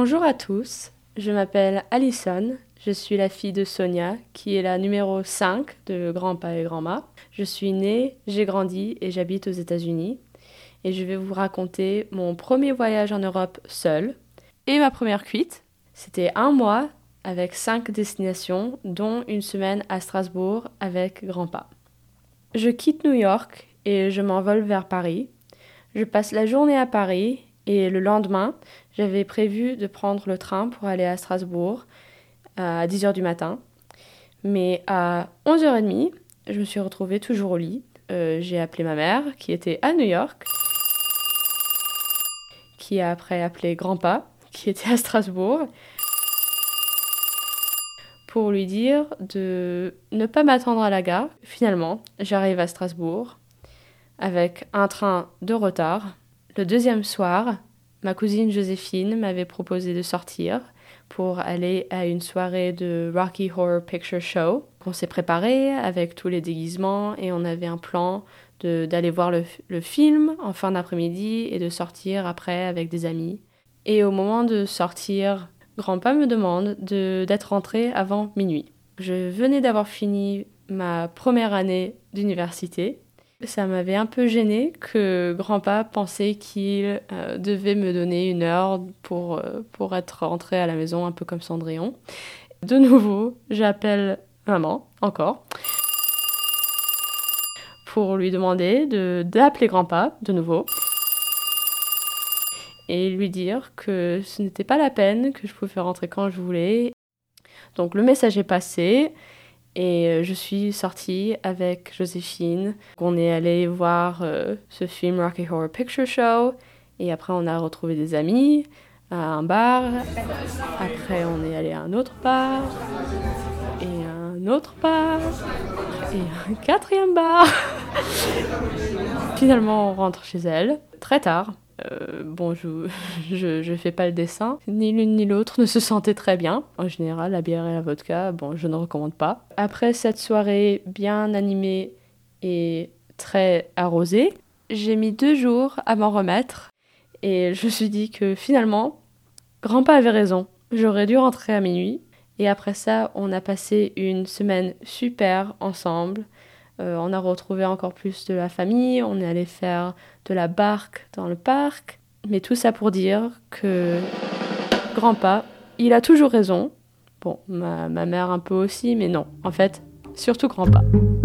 Bonjour à tous, je m'appelle Alison, je suis la fille de Sonia, qui est la numéro 5 de grand-pa et grand-ma. Je suis née, j'ai grandi et j'habite aux États-Unis. Et je vais vous raconter mon premier voyage en Europe seule et ma première cuite. C'était 1 mois avec 5 destinations, dont une semaine à Strasbourg avec grand-pa. Je quitte New York et je m'envole vers Paris. Je passe la journée à Paris et le lendemain, j'avais prévu de prendre le train pour aller à Strasbourg à 10h du matin. Mais à 11h30, je me suis retrouvée toujours au lit. J'ai appelé ma mère qui était à New York, qui a après appelé grand-pa qui était à Strasbourg, pour lui dire de ne pas m'attendre à la gare. Finalement, j'arrive à Strasbourg avec un train de retard. Le deuxième soir, ma cousine Joséphine m'avait proposé de sortir pour aller à une soirée de Rocky Horror Picture Show. On s'est préparé avec tous les déguisements et on avait un plan d'aller voir le film en fin d'après-midi et de sortir après avec des amis. Et au moment de sortir, grand-pa me demande d'être rentré avant minuit. Je venais d'avoir fini ma première année d'université. Ça m'avait un peu gênée que grand-pa pensait qu'il devait me donner 1 heure pour être rentré à la maison, un peu comme Cendrillon. De nouveau, j'appelle maman, encore, pour lui demander d'appeler grand-pa, de nouveau, et lui dire que ce n'était pas la peine, que je pouvais rentrer quand je voulais. Donc le message est passé. Et je suis sortie avec Joséphine. On est allé voir ce film Rocky Horror Picture Show. Et après, on a retrouvé des amis à un bar. Après, on est allé à un autre bar. Et un autre bar. Et un 4e bar. Finalement, on rentre chez elle. Très tard. Je fais pas le dessin. Ni l'une ni l'autre ne se sentait très bien. En général, la bière et la vodka, je ne recommande pas. Après cette soirée bien animée et très arrosée, j'ai mis 2 jours à m'en remettre. Et je me suis dit que finalement, grand-pa avait raison. J'aurais dû rentrer à minuit. Et après ça, on a passé une semaine super ensemble. On a retrouvé encore plus de la famille, on est allé faire de la barque dans le parc. Mais tout ça pour dire que grand-pa, il a toujours raison. Bon, ma mère un peu aussi, mais non. En fait, surtout grand-pa.